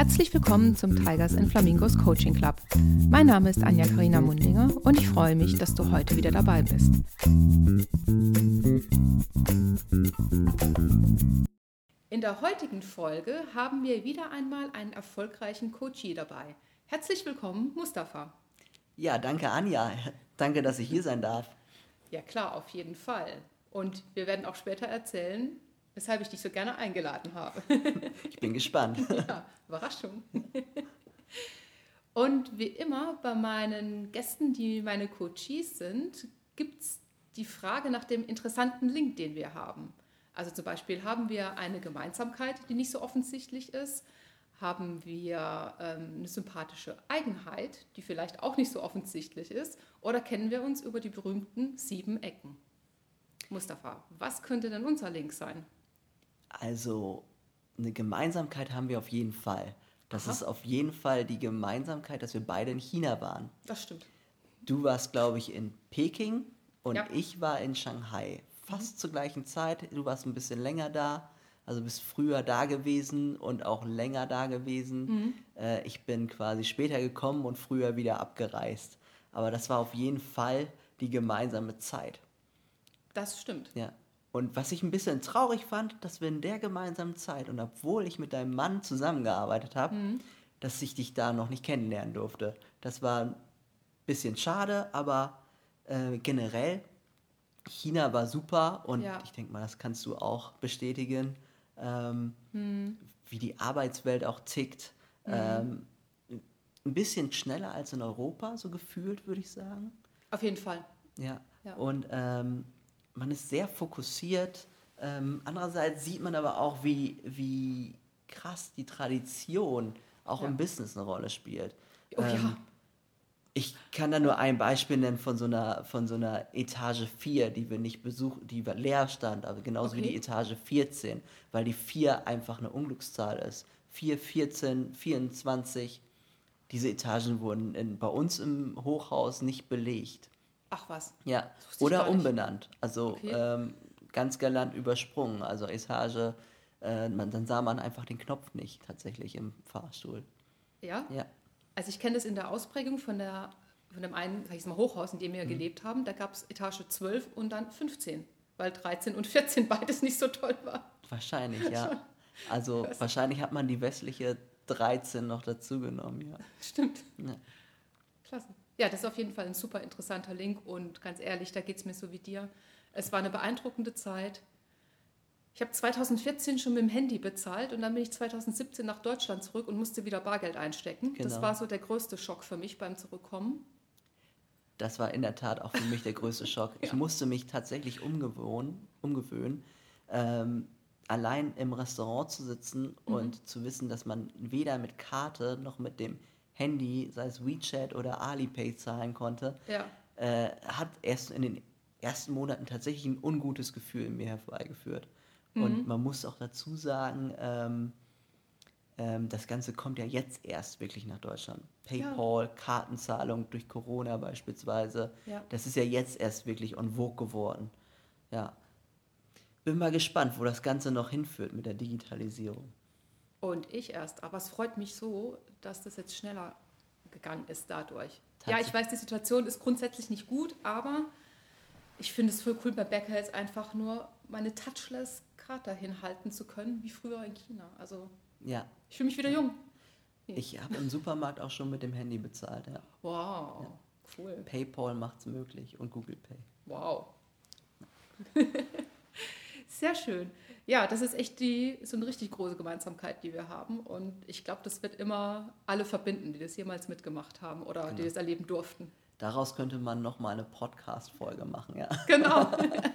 Herzlich willkommen zum Tigers and Flamingos Coaching Club. Mein Name ist Anja-Carina Mundinger und ich freue mich, dass du heute wieder dabei bist. In der heutigen Folge haben wir wieder einmal einen erfolgreichen Coachee dabei. Herzlich willkommen, Mustafa. Ja, danke Anja. Danke, dass ich hier sein darf. Ja klar, auf jeden Fall. Und wir werden auch später erzählen, weshalb ich dich so gerne eingeladen habe. Ich bin gespannt. Ja, Überraschung. Und wie immer bei meinen Gästen, die meine Coaches sind, gibt es die Frage nach dem interessanten Link, den wir haben. Also zum Beispiel, haben wir eine Gemeinsamkeit, die nicht so offensichtlich ist? Haben wir eine sympathische Eigenheit, die vielleicht auch nicht so offensichtlich ist? Oder kennen wir uns über die berühmten 7 Ecken? Mustafa, was könnte denn unser Link sein? Also, eine Gemeinsamkeit haben wir auf jeden Fall. Das Aha. ist auf jeden Fall die Gemeinsamkeit, dass wir beide in China waren. Das stimmt. Du warst, glaube ich, in Peking und Ja. Ich war in Shanghai. Fast zur gleichen Zeit. Du warst ein bisschen länger da, also bist früher da gewesen und auch länger da gewesen. Ich bin quasi später gekommen und früher wieder abgereist. Aber das war auf jeden Fall die gemeinsame Zeit. Das stimmt. Ja. Und was ich ein bisschen traurig fand, dass wir in der gemeinsamen Zeit und obwohl ich mit deinem Mann zusammengearbeitet habe, dass ich dich da noch nicht kennenlernen durfte. Das war ein bisschen schade, aber generell, China war super und Ja. ich denke mal, das kannst du auch bestätigen, wie die Arbeitswelt auch tickt. Ein bisschen schneller als in Europa, so gefühlt, würde ich sagen. Auf jeden Fall. Ja, Ja. und man ist sehr fokussiert. Andererseits sieht man aber auch, wie krass die Tradition auch Ja. im Business eine Rolle spielt. Oh ja. Ich kann da nur ein Beispiel nennen von so einer Etage 4, die wir nicht besuchen, die leer stand, aber genauso wie Okay. die Etage 14, weil die 4 einfach eine Unglückszahl ist. 4, 14, 24, diese Etagen wurden bei uns im Hochhaus nicht belegt. Ach was. Ja, Das wusste ich oder gar nicht. umbenannt. Also Okay. ganz galant übersprungen. Also Etage, dann sah man einfach den Knopf nicht tatsächlich im Fahrstuhl. Ja. Ja, Also ich kenne das in der Ausprägung von dem einen, sag ich mal, Hochhaus, in dem wir gelebt haben. Da gab es Etage 12 und dann 15, weil 13 und 14 beides nicht so toll war. wahrscheinlich, ja. Also Krass. wahrscheinlich hat man die westliche 13 noch dazu genommen, ja. Stimmt. Ja. Klasse. Ja, das ist auf jeden Fall ein super interessanter Link und ganz ehrlich, da geht es mir so wie dir. Es war eine beeindruckende Zeit. Ich habe 2014 schon mit dem Handy bezahlt und dann bin ich 2017 nach Deutschland zurück und musste wieder Bargeld einstecken. Das Genau. war so der größte Schock für mich beim Zurückkommen. Das war in der Tat auch für mich der größte Schock. Ich musste mich tatsächlich umgewöhnen, allein im Restaurant zu sitzen und zu wissen, dass man weder mit Karte noch mit dem Handy, sei es WeChat oder Alipay, zahlen konnte, Ja. hat erst in den ersten Monaten tatsächlich ein ungutes Gefühl in mir herbeigeführt. Und man muss auch dazu sagen, das Ganze kommt ja jetzt erst wirklich nach Deutschland. PayPal, Kartenzahlung durch Corona beispielsweise, Ja. das ist ja jetzt erst wirklich en vogue geworden. Ja. Bin mal gespannt, wo das Ganze noch hinführt mit der Digitalisierung. Und ich erst. Aber es freut mich so, dass das jetzt schneller gegangen ist dadurch. Ja, ich weiß, die Situation ist grundsätzlich nicht gut, aber ich finde es voll cool, bei Bäcker jetzt einfach nur meine Touchless-Karte hinhalten zu können, wie früher in China. Also Ja, ich fühle mich wieder jung. ich habe im Supermarkt auch schon mit dem Handy bezahlt. Ja. Wow, cool. PayPal macht es möglich und Google Pay. Wow. Sehr schön. Ja, das ist echt so eine richtig große Gemeinsamkeit, die wir haben. Und ich glaube, das wird immer alle verbinden, die das jemals mitgemacht haben oder die das erleben durften. Daraus könnte man nochmal eine Podcast-Folge machen, ja. Genau.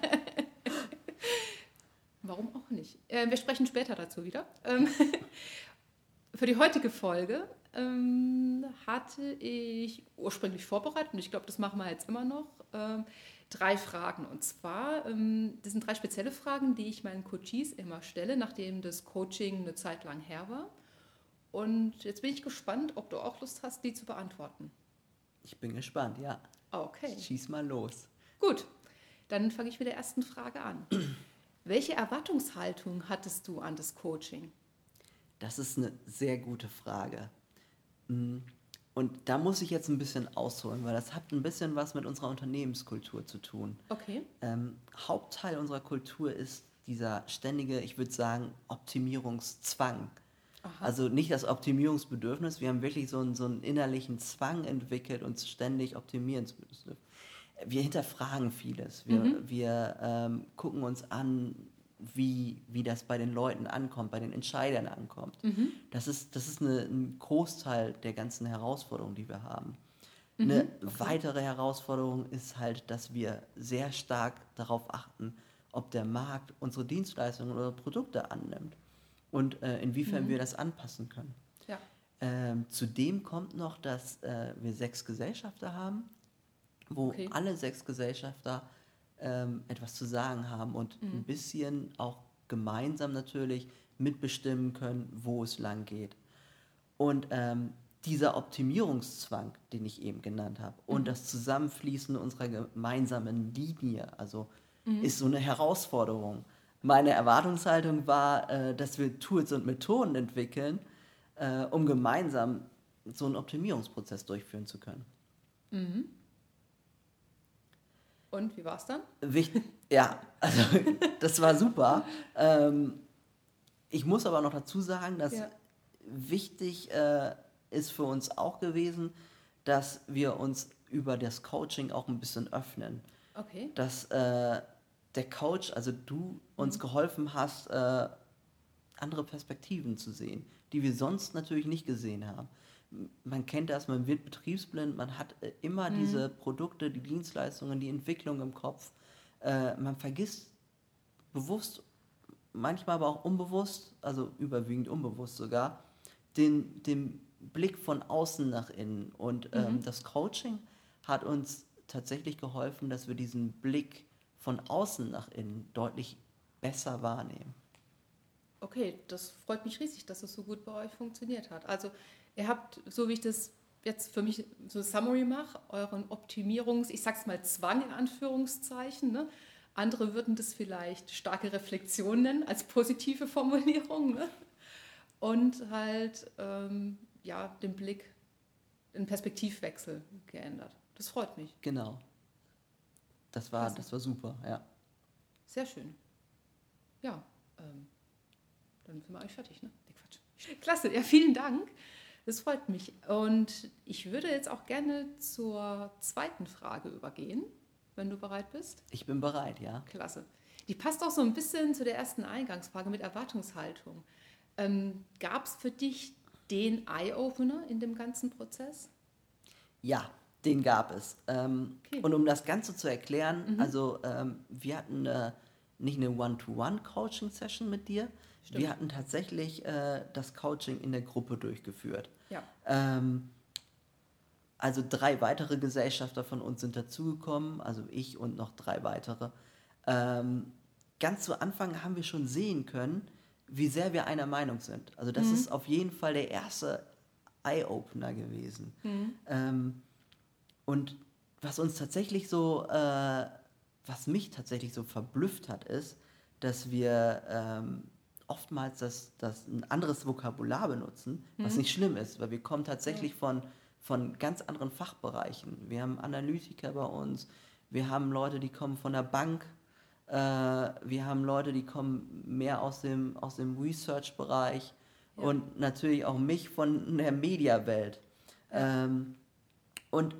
Warum auch nicht? Wir sprechen später dazu wieder. Für die heutige Folge hatte ich ursprünglich vorbereitet, und ich glaube, das machen wir jetzt immer noch, 3 Fragen. Und zwar, das sind 3 spezielle Fragen, die ich meinen Coaches immer stelle, nachdem das Coaching eine Zeit lang her war. Und jetzt bin ich gespannt, ob du auch Lust hast, die zu beantworten. Ich bin gespannt, ja. Okay, Schieß mal los. gut. Dann fange ich mit der ersten Frage an. Welche Erwartungshaltung hattest du an das Coaching? Das ist eine sehr gute Frage. Und da muss ich jetzt ein bisschen ausholen, weil das hat ein bisschen was mit unserer Unternehmenskultur zu tun. Okay. Hauptteil unserer Kultur ist dieser ständige, ich würde sagen, Optimierungszwang. Aha. Also nicht das Optimierungsbedürfnis, wir haben wirklich so einen innerlichen Zwang entwickelt, uns ständig optimieren zu müssen. Wir hinterfragen vieles. Wir gucken uns an, wie das bei den Leuten ankommt, bei den Entscheidern ankommt. Das ist ein Großteil der ganzen Herausforderungen, die wir haben. Eine weitere Herausforderung ist halt, dass wir sehr stark darauf achten, ob der Markt unsere Dienstleistungen oder Produkte annimmt und inwiefern wir das anpassen können. Ja. Zudem kommt noch, dass wir 6 Gesellschafter haben, wo alle 6 Gesellschafter etwas zu sagen haben und ein bisschen auch gemeinsam natürlich mitbestimmen können, wo es lang geht. Und dieser Optimierungszwang, den ich eben genannt habe, und das Zusammenfließen unserer gemeinsamen Linie, also ist so eine Herausforderung. Meine Erwartungshaltung war, dass wir Tools und Methoden entwickeln, um gemeinsam so einen Optimierungsprozess durchführen zu können. Und wie war es dann? Ja, also das war super. Ich muss aber noch dazu sagen, dass wichtig ist für uns auch gewesen, dass wir uns über das Coaching auch ein bisschen öffnen. Okay. Dass der Coach, also du, uns geholfen hast, andere Perspektiven zu sehen, die wir sonst natürlich nicht gesehen haben. Man kennt das, man wird betriebsblind, man hat immer diese Produkte, die Dienstleistungen, die Entwicklung im Kopf. Man vergisst bewusst, manchmal aber auch unbewusst, also überwiegend unbewusst sogar, den Blick von außen nach innen. Und das Coaching hat uns tatsächlich geholfen, dass wir diesen Blick von außen nach innen deutlich besser wahrnehmen. Okay, das freut mich riesig, dass es so gut bei euch funktioniert hat. Also ihr habt, so wie ich das jetzt für mich so Summary mache, euren ich sag's mal Zwang in Anführungszeichen, ne? Andere würden das vielleicht starke Reflexion nennen, als positive Formulierung, ne? Und halt den Blick, den Perspektivwechsel geändert. Das freut mich. Genau. Das war super, ja. Sehr schön. Ja, dann sind wir eigentlich fertig, ne? Nee, Quatsch. Klasse, ja, vielen Dank. Das freut mich. Und ich würde jetzt auch gerne zur zweiten Frage übergehen, wenn du bereit bist. Ich bin bereit, ja. Klasse. Die passt auch so ein bisschen zu der ersten Eingangsfrage mit Erwartungshaltung. Gab es für dich den Eye-Opener in dem ganzen Prozess? Ja, den gab es. Und um das Ganze zu erklären, also wir hatten nicht eine One-to-One-Coaching-Session mit dir, Stimmt. Wir hatten tatsächlich das Coaching in der Gruppe durchgeführt. Ja. Also 3 weitere Gesellschafter von uns sind dazugekommen, also ich und noch 3 weitere. Ganz zu Anfang haben wir schon sehen können, wie sehr wir einer Meinung sind. Also das ist auf jeden Fall der erste Eye-Opener gewesen. Und was uns tatsächlich so, was mich tatsächlich so verblüfft hat, ist, dass wir oftmals das ein anderes Vokabular benutzen, was nicht schlimm ist, weil wir kommen tatsächlich von ganz anderen Fachbereichen. Wir haben Analytiker bei uns, wir haben Leute, die kommen von der Bank, wir haben Leute, die kommen mehr aus dem Research-Bereich und natürlich auch mich von der Media-Welt. Und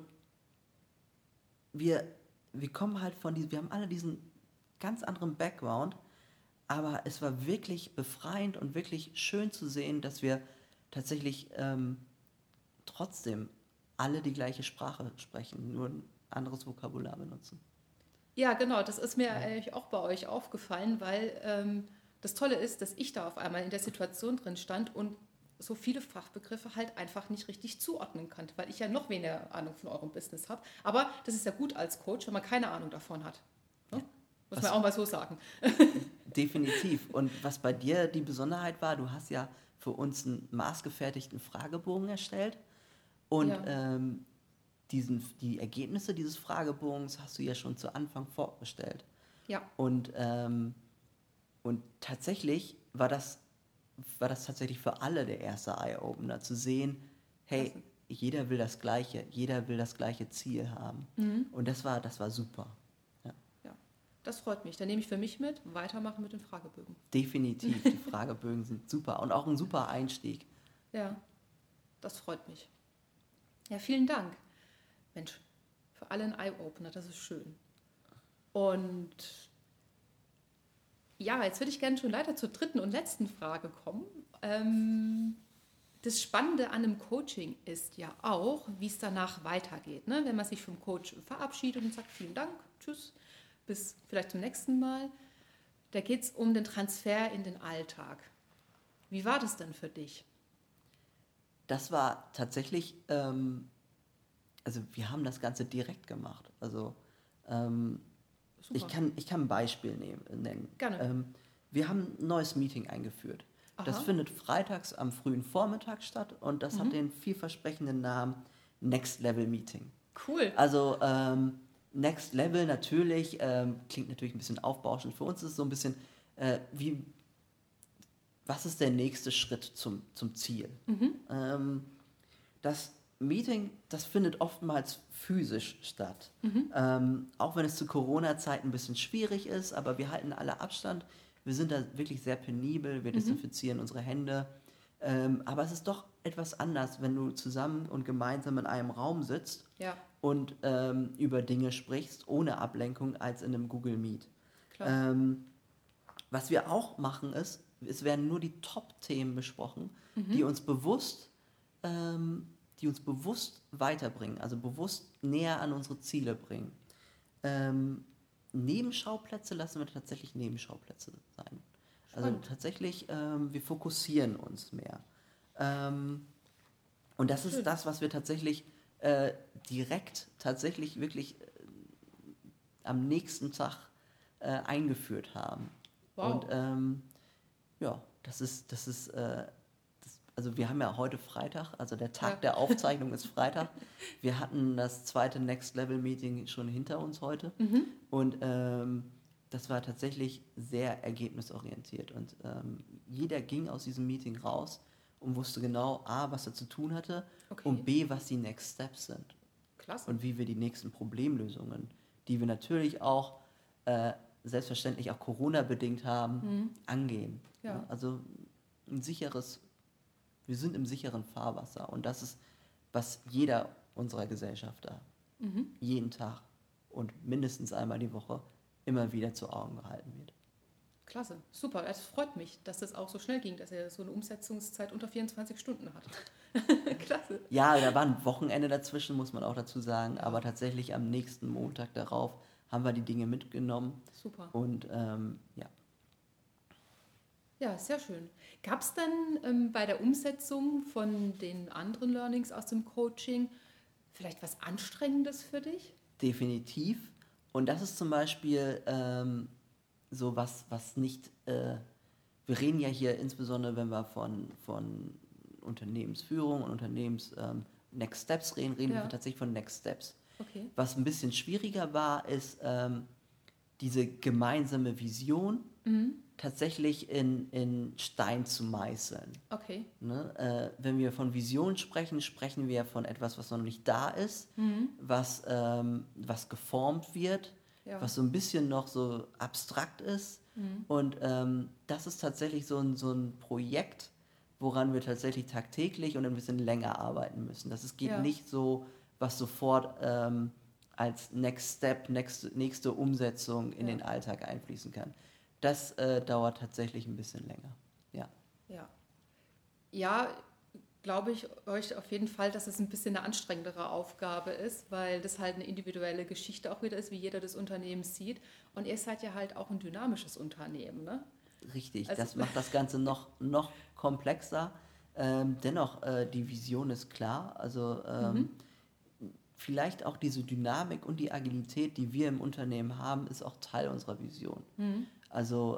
wir kommen halt wir haben alle diesen ganz anderen Background, aber es war wirklich befreiend und wirklich schön zu sehen, dass wir tatsächlich trotzdem alle die gleiche Sprache sprechen, nur ein anderes Vokabular benutzen. Ja, genau, das ist mir eigentlich auch bei euch aufgefallen, weil das Tolle ist, dass ich da auf einmal in der Situation drin stand und so viele Fachbegriffe halt einfach nicht richtig zuordnen kann, weil ich ja noch weniger Ahnung von eurem Business habe. Aber das ist ja gut als Coach, wenn man keine Ahnung davon hat. Ne? Muss man auch mal so sagen. Definitiv. Und was bei dir die Besonderheit war, du hast ja für uns einen maßgefertigten Fragebogen erstellt und die Ergebnisse dieses Fragebogens hast du ja schon zu Anfang vorgestellt. Ja. Und tatsächlich war das war das tatsächlich für alle der erste Eye-Opener, zu sehen, hey, Klasse. jeder will das gleiche Ziel haben. Und das war super. Ja. Ja, das freut mich. Dann nehme ich für mich mit, weitermachen mit den Fragebögen. Definitiv, die Fragebögen sind super und auch ein super Einstieg. Ja, das freut mich. Ja, vielen Dank. Mensch, für alle ein Eye-Opener, das ist schön. Und ja, jetzt würde ich gerne schon leider zur dritten und letzten Frage kommen. Das Spannende an einem Coaching ist ja auch, wie es danach weitergeht. Ne? Wenn man sich vom Coach verabschiedet und sagt, vielen Dank, tschüss, bis vielleicht zum nächsten Mal. Da geht es um den Transfer in den Alltag. Wie war das denn für dich? Das war tatsächlich, also wir haben das Ganze direkt gemacht. Also Super. ich kann ein Beispiel nennen. Gerne. Wir haben ein neues Meeting eingeführt. Das Aha. findet freitags am frühen Vormittag statt und das hat den vielversprechenden Namen Next Level Meeting. Cool. Also Next Level natürlich, klingt natürlich ein bisschen aufbauschend. Für uns ist es so ein bisschen was ist der nächste Schritt zum Ziel? Das Meeting, das findet oftmals physisch statt. Auch wenn es zu Corona-Zeiten ein bisschen schwierig ist, aber wir halten alle Abstand. Wir sind da wirklich sehr penibel, wir desinfizieren unsere Hände. Aber es ist doch etwas anders, wenn du zusammen und gemeinsam in einem Raum sitzt Ja, und über Dinge sprichst, ohne Ablenkung, als in einem Google Meet. klar. Was wir auch machen ist, es werden nur die Top-Themen besprochen, die uns bewusst weiterbringen, also bewusst näher an unsere Ziele bringen. Nebenschauplätze lassen wir tatsächlich Nebenschauplätze sein. Also Spannend. tatsächlich, wir fokussieren uns mehr. Und das ist Schön. das, was wir tatsächlich direkt, tatsächlich wirklich am nächsten Tag eingeführt haben. Wow. Und ja, also wir haben ja heute Freitag, also der Tag der Aufzeichnung ist Freitag. Wir hatten das zweite Next Level Meeting schon hinter uns heute und das war tatsächlich sehr ergebnisorientiert und jeder ging aus diesem Meeting raus und wusste genau A, was er zu tun hatte Okay. und B, was die Next Steps sind Klasse. und wie wir die nächsten Problemlösungen, die wir natürlich auch selbstverständlich auch Corona-bedingt haben, angehen. Ja. Ja, also wir sind im sicheren Fahrwasser und das ist, was jeder unserer Gesellschafter jeden Tag und mindestens einmal die Woche immer wieder zu Augen gehalten wird. Klasse. Super. Es freut mich, dass das auch so schnell ging, dass er so eine Umsetzungszeit unter 24 Stunden hat. Klasse. Ja, da war ein Wochenende dazwischen, muss man auch dazu sagen, aber tatsächlich am nächsten Montag darauf haben wir die Dinge mitgenommen Super. und ja. Ja, sehr schön. Gab es dann bei der Umsetzung von den anderen Learnings aus dem Coaching vielleicht was Anstrengendes für dich? Definitiv. Und das ist zum Beispiel so was nicht, wir reden ja hier insbesondere, wenn wir von Unternehmensführung und Next Steps reden Ja. wir tatsächlich von Next Steps. Okay. Was ein bisschen schwieriger war, ist diese gemeinsame Vision tatsächlich in Stein zu meißeln. Okay. Ne? Wenn wir von Vision sprechen, sprechen wir von etwas, was noch nicht da ist, was geformt wird, Ja. was so ein bisschen noch so abstrakt ist. Und das ist tatsächlich so ein Projekt, woran wir tatsächlich tagtäglich und ein bisschen länger arbeiten müssen. Geht Ja. nicht so, was sofort als Next Step, nächste Umsetzung in den Alltag einfließen kann. Das dauert tatsächlich ein bisschen länger. Ja. Ja. Ja, glaube ich euch auf jeden Fall, dass es ein bisschen eine anstrengendere Aufgabe ist, weil das halt eine individuelle Geschichte auch wieder ist, wie jeder das Unternehmen sieht. Und ihr seid ja halt auch ein dynamisches Unternehmen, ne? Richtig, Also- das macht das Ganze noch komplexer. Dennoch, die Vision ist klar. Also vielleicht auch diese Dynamik und die Agilität, die wir im Unternehmen haben, ist auch Teil unserer Vision. Also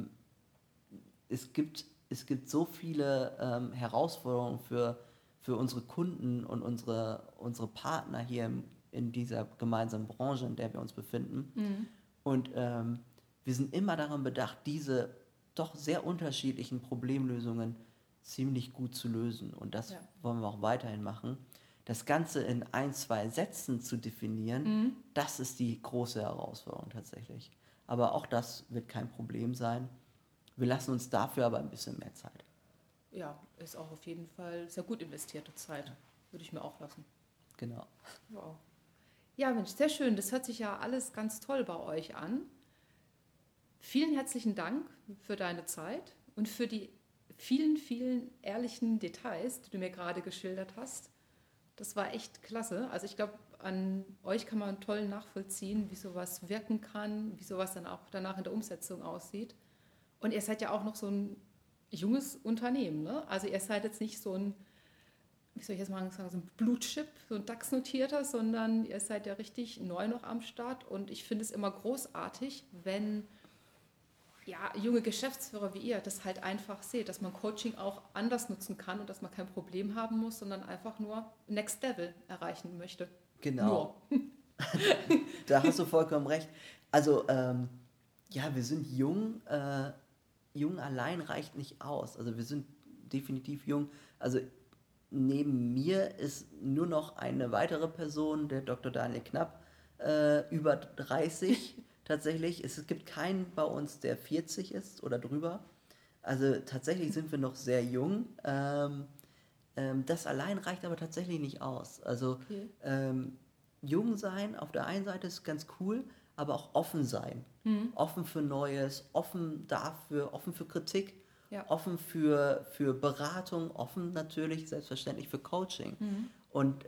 es gibt so viele Herausforderungen für unsere Kunden und unsere Partner hier in dieser gemeinsamen Branche, in der wir uns befinden. Und wir sind immer daran bedacht, diese doch sehr unterschiedlichen Problemlösungen ziemlich gut zu lösen. Und das wollen wir auch weiterhin machen. Das Ganze in 1, 2 Sätzen zu definieren, das ist die große Herausforderung tatsächlich. Aber auch das wird kein Problem sein. Wir lassen uns dafür aber ein bisschen mehr Zeit. Ja, ist auch auf jeden Fall sehr gut investierte Zeit. Würde ich mir auch lassen. Genau. Wow. Ja, Mensch, sehr schön. Das hört sich ja alles ganz toll bei euch an. Vielen herzlichen Dank für deine Zeit und für die vielen, vielen ehrlichen Details, die du mir gerade geschildert hast. Das war echt klasse. Also ich glaube, an euch kann man toll nachvollziehen, wie sowas wirken kann, wie sowas dann auch danach in der Umsetzung aussieht. Und ihr seid ja auch noch so ein junges Unternehmen, ne? Also ihr seid jetzt nicht so ein, wie soll ich jetzt mal sagen, so ein Blue-Chip, so ein DAX-Notierter, sondern ihr seid ja richtig neu noch am Start. Und ich finde es immer großartig, wenn junge Geschäftsführer wie ihr das halt einfach seht, dass man Coaching auch anders nutzen kann und dass man kein Problem haben muss, sondern einfach nur Next Level erreichen möchte. Genau. Da hast du vollkommen recht. Also wir sind jung. Jung allein reicht nicht aus. Also wir sind definitiv jung. Also neben mir ist nur noch eine weitere Person, der Dr. Daniel Knapp, über 30 tatsächlich. Es gibt keinen bei uns, der 40 ist oder drüber. Also tatsächlich sind wir noch sehr jung. Das allein reicht aber tatsächlich nicht aus. Also jung sein auf der einen Seite ist ganz cool, aber auch offen sein. Offen für Neues, offen dafür, offen für Kritik, offen für Beratung, offen natürlich, selbstverständlich für Coaching. Und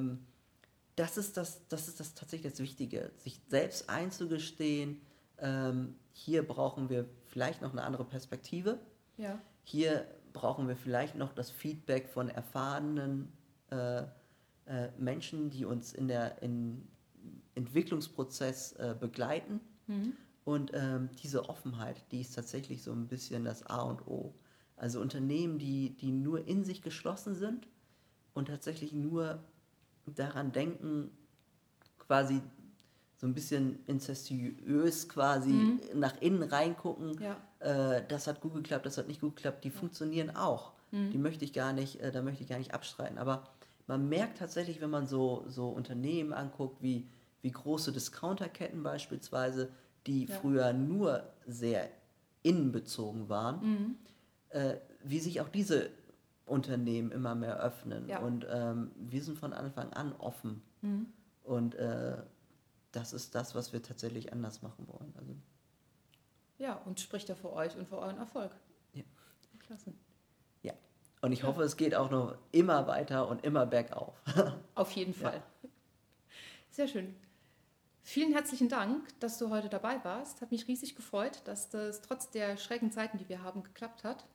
das ist tatsächlich das Wichtige, sich selbst einzugestehen, hier brauchen wir vielleicht noch eine andere Perspektive. Ja. Hier brauchen wir vielleicht noch das Feedback von erfahrenen Menschen, die uns im Entwicklungsprozess begleiten. Und diese Offenheit, die ist tatsächlich so ein bisschen das A und O. Also Unternehmen, die nur in sich geschlossen sind und tatsächlich nur daran denken, quasi so ein bisschen incestuös quasi nach innen reingucken, das hat gut geklappt, das hat nicht gut geklappt, die funktionieren auch. Die möchte ich gar nicht abstreiten. Aber man merkt tatsächlich, wenn man so Unternehmen anguckt, wie große Discounterketten beispielsweise, die früher nur sehr innenbezogen waren, wie sich auch diese Unternehmen immer mehr öffnen. Ja. Und wir sind von Anfang an offen. Und das ist das, was wir tatsächlich anders machen wollen. Also, ja, und spricht ja für euch und für euren Erfolg. Ja. Klasse. Ja, und ich hoffe, es geht auch noch immer weiter und immer bergauf. Auf jeden Fall. Ja. Sehr schön. Vielen herzlichen Dank, dass du heute dabei warst. Hat mich riesig gefreut, dass das trotz der schrägen Zeiten, die wir haben, geklappt hat.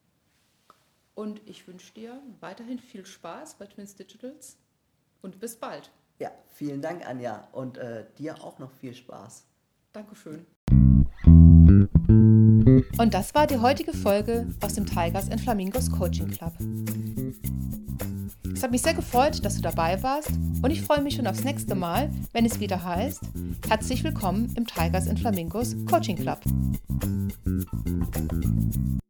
Und ich wünsche dir weiterhin viel Spaß bei Twins Digitals und bis bald. Ja, vielen Dank, Anja. Und dir auch noch viel Spaß. Dankeschön. Und das war die heutige Folge aus dem Tigers & Flamingos Coaching Club. Es hat mich sehr gefreut, dass du dabei warst und ich freue mich schon aufs nächste Mal, wenn es wieder heißt, herzlich willkommen im Tigers & Flamingos Coaching Club.